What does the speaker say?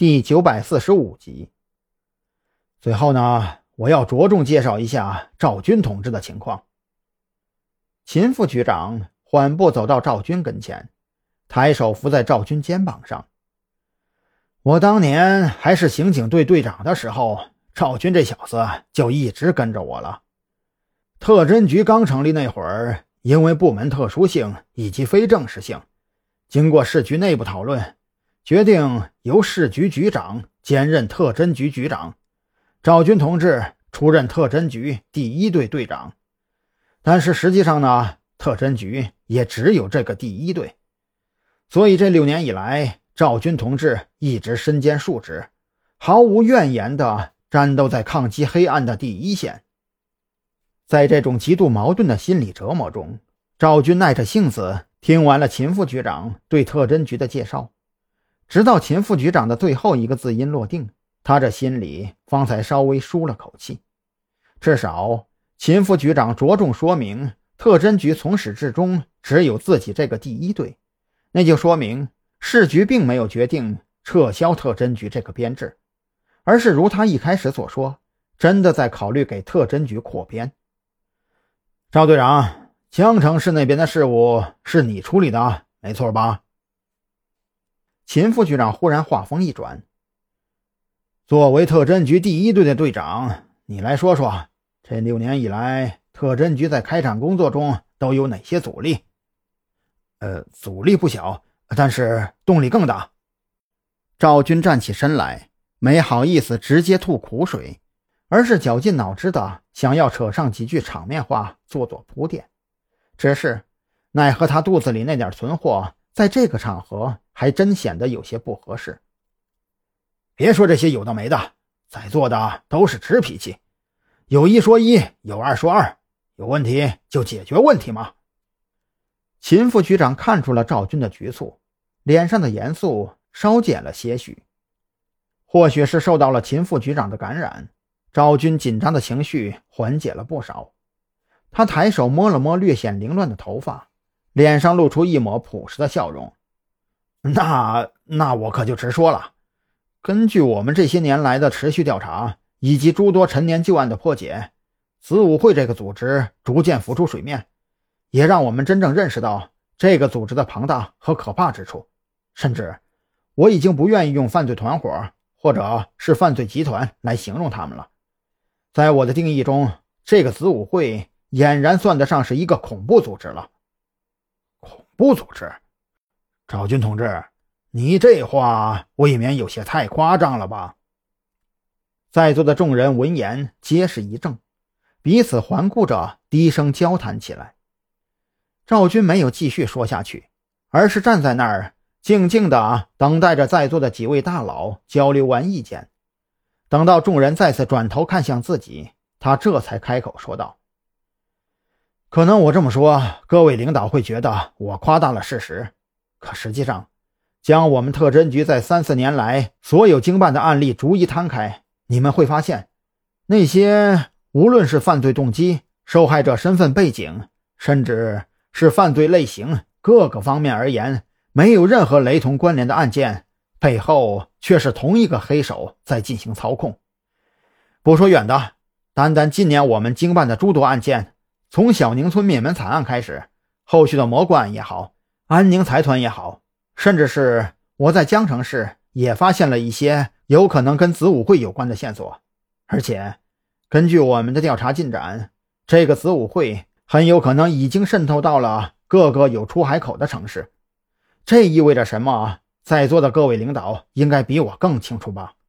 第945集。最后呢，我要着重介绍一下赵军同志的情况。秦副局长缓步走到赵军跟前，抬手扶在赵军肩膀上。我当年还是刑警队队长的时候，赵军这小子就一直跟着我了。特侦局刚成立那会儿，因为部门特殊性以及非正式性，经过市局内部讨论，决定由市局局长兼任特侦局局长，赵军同志出任特侦局第一队队长。但是实际上呢，特侦局也只有这个第一队，所以这6年以来，赵军同志一直身兼数职，毫无怨言地战斗在抗击黑暗的第一线。在这种极度矛盾的心理折磨中，赵军耐着性子听完了秦副局长对特侦局的介绍，直到秦副局长的最后一个字音落定，他这心里方才稍微舒了口气。至少秦副局长着重说明特侦局从始至终只有自己这个第一队，那就说明市局并没有决定撤销特侦局这个编制，而是如他一开始所说，真的在考虑给特侦局扩编。赵队长，江城市那边的事务是你处理的，没错吧？秦副局长忽然话锋一转，作为特侦局第一队的队长，你来说说，这6年以来，特侦局在开展工作中都有哪些阻力？阻力不小，但是动力更大。赵军站起身来，没好意思直接吐苦水，而是绞尽脑汁的想要扯上几句场面话做铺垫。只是奈何他肚子里那点存货，在这个场合还真显得有些不合适。别说这些有的没的，在座的都是直脾气，有一说一，有二说二，有问题就解决问题嘛。秦副局长看出了赵军的局促，脸上的严肃稍减了些许。或许是受到了秦副局长的感染，赵军紧张的情绪缓解了不少。他抬手摸了摸略显凌乱的头发，脸上露出一抹朴实的笑容。那我可就直说了，根据我们这些年来的持续调查以及诸多陈年旧案的破解，子午会这个组织逐渐浮出水面，也让我们真正认识到这个组织的庞大和可怕之处。甚至我已经不愿意用犯罪团伙或者是犯罪集团来形容他们了。在我的定义中，这个子午会俨然算得上是一个恐怖组织了。恐怖组织？赵军同志，你这话未免有些太夸张了吧？在座的众人闻言皆是一怔，彼此环顾着低声交谈起来。赵军没有继续说下去，而是站在那儿静静地等待着在座的几位大佬交流完意见。等到众人再次转头看向自己，他这才开口说道：可能我这么说，各位领导会觉得我夸大了事实，可实际上将我们特侦局在3、4年来所有经办的案例逐一摊开，你们会发现，那些无论是犯罪动机、受害者身份背景，甚至是犯罪类型各个方面而言，没有任何雷同关联的案件，背后却是同一个黑手在进行操控。不说远的，单单今年我们经办的诸多案件，从小宁村灭门惨案开始，后续的蘑菇案也好，安宁财团也好，甚至是我在江城市也发现了一些有可能跟子午会有关的线索。而且根据我们的调查进展，这个子午会很有可能已经渗透到了各个有出海口的城市。这意味着什么？在座的各位领导应该比我更清楚吧。